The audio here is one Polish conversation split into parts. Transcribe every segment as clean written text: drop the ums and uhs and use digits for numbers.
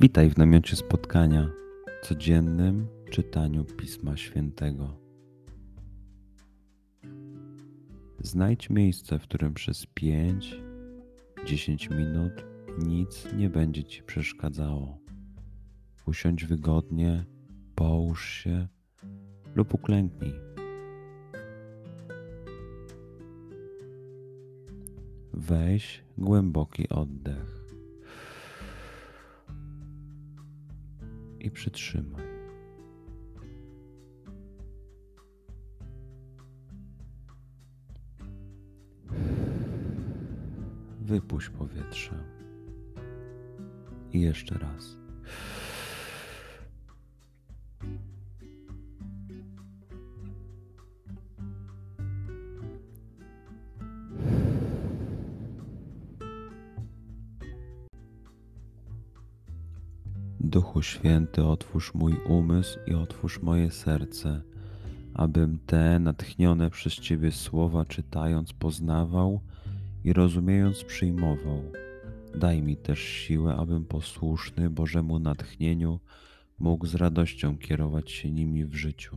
Witaj w namiocie spotkania, codziennym czytaniu Pisma Świętego. Znajdź miejsce, w którym przez 5-10 minut nic nie będzie Ci przeszkadzało. Usiądź wygodnie, połóż się lub uklęknij. Weź głęboki oddech i przytrzymaj. Wypuść powietrze. I jeszcze raz. Duchu Święty, otwórz mój umysł i otwórz moje serce, abym te natchnione przez Ciebie słowa czytając poznawał i rozumiejąc przyjmował. Daj mi też siłę, abym posłuszny Bożemu natchnieniu mógł z radością kierować się nimi w życiu.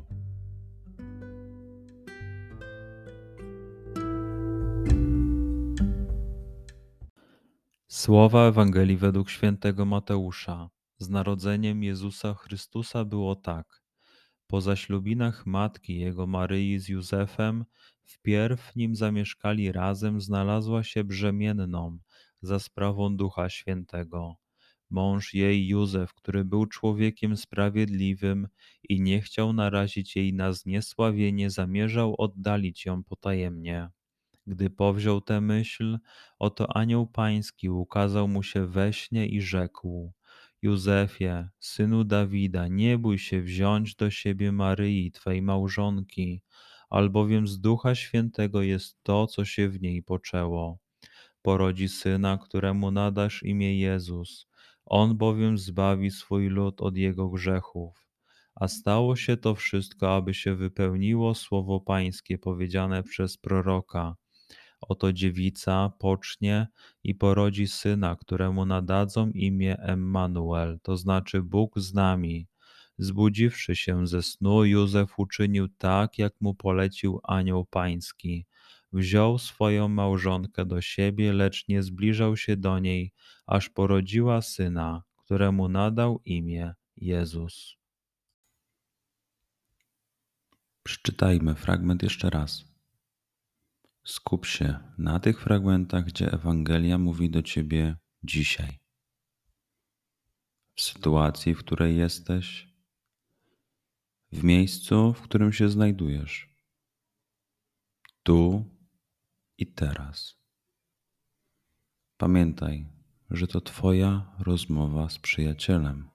Słowa Ewangelii według świętego Mateusza. Z narodzeniem Jezusa Chrystusa było tak. Po zaślubinach matki jego Maryi z Józefem, wpierw nim zamieszkali razem, znalazła się brzemienną za sprawą Ducha Świętego. Mąż jej Józef, który był człowiekiem sprawiedliwym i nie chciał narazić jej na zniesławienie, zamierzał oddalić ją potajemnie. Gdy powziął tę myśl, oto anioł pański ukazał mu się we śnie i rzekł: Józefie, synu Dawida, nie bój się wziąć do siebie Maryi, twej małżonki, albowiem z Ducha Świętego jest to, co się w niej poczęło. Porodzi syna, któremu nadasz imię Jezus. On bowiem zbawi swój lud od jego grzechów. A stało się to wszystko, aby się wypełniło słowo pańskie powiedziane przez proroka. Oto dziewica pocznie i porodzi syna, któremu nadadzą imię Emmanuel, to znaczy Bóg z nami. Zbudziwszy się ze snu, Józef uczynił tak, jak mu polecił anioł pański. Wziął swoją małżonkę do siebie, lecz nie zbliżał się do niej, aż porodziła syna, któremu nadał imię Jezus. Przeczytajmy fragment jeszcze raz. Skup się na tych fragmentach, gdzie Ewangelia mówi do Ciebie dzisiaj. W sytuacji, w której jesteś, w miejscu, w którym się znajdujesz, tu i teraz. Pamiętaj, że to Twoja rozmowa z przyjacielem.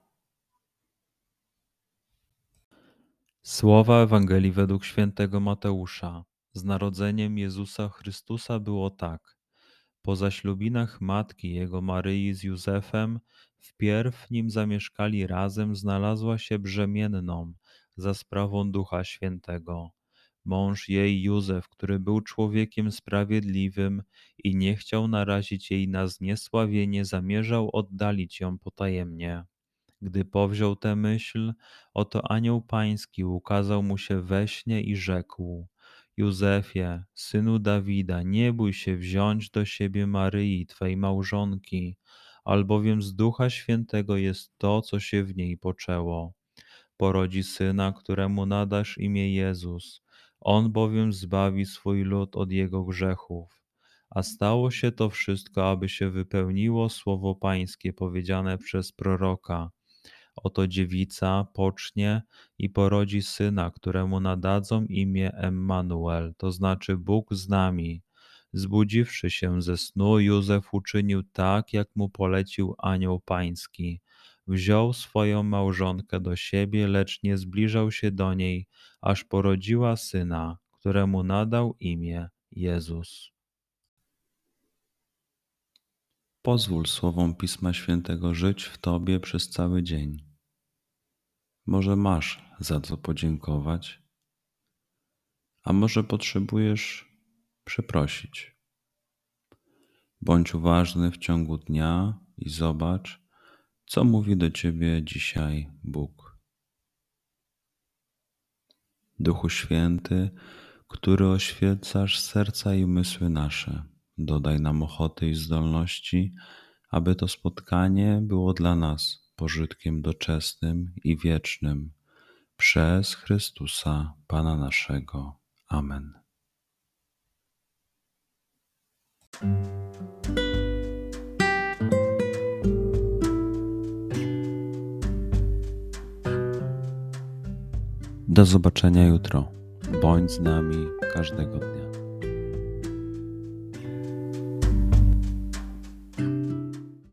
Słowa Ewangelii według świętego Mateusza. Z narodzeniem Jezusa Chrystusa było tak. Po zaślubinach matki jego Maryi z Józefem, wpierw nim zamieszkali razem, znalazła się brzemienną za sprawą Ducha Świętego. Mąż jej Józef, który był człowiekiem sprawiedliwym i nie chciał narazić jej na zniesławienie, zamierzał oddalić ją potajemnie. Gdy powziął tę myśl, oto anioł pański ukazał mu się we śnie i rzekł: Józefie, synu Dawida, nie bój się wziąć do siebie Maryi, twej małżonki, albowiem z Ducha Świętego jest to, co się w niej poczęło. Porodzi syna, któremu nadasz imię Jezus. On bowiem zbawi swój lud od jego grzechów. A stało się to wszystko, aby się wypełniło słowo pańskie powiedziane przez proroka. Oto dziewica pocznie i porodzi syna, któremu nadadzą imię Emmanuel, to znaczy Bóg z nami. Zbudziwszy się ze snu, Józef uczynił tak, jak mu polecił anioł pański. Wziął swoją małżonkę do siebie, lecz nie zbliżał się do niej, aż porodziła syna, któremu nadał imię Jezus. Pozwól słowom Pisma Świętego żyć w Tobie przez cały dzień. Może masz za co podziękować, a może potrzebujesz przeprosić. Bądź uważny w ciągu dnia i zobacz, Co mówi do ciebie dzisiaj Bóg? Duchu Święty, który oświecasz serca i umysły nasze, dodaj nam ochoty i zdolności, aby to spotkanie było dla nas pożytkiem doczesnym i wiecznym. Przez Chrystusa, Pana naszego. Amen. Do zobaczenia jutro. Bądź z nami każdego dnia.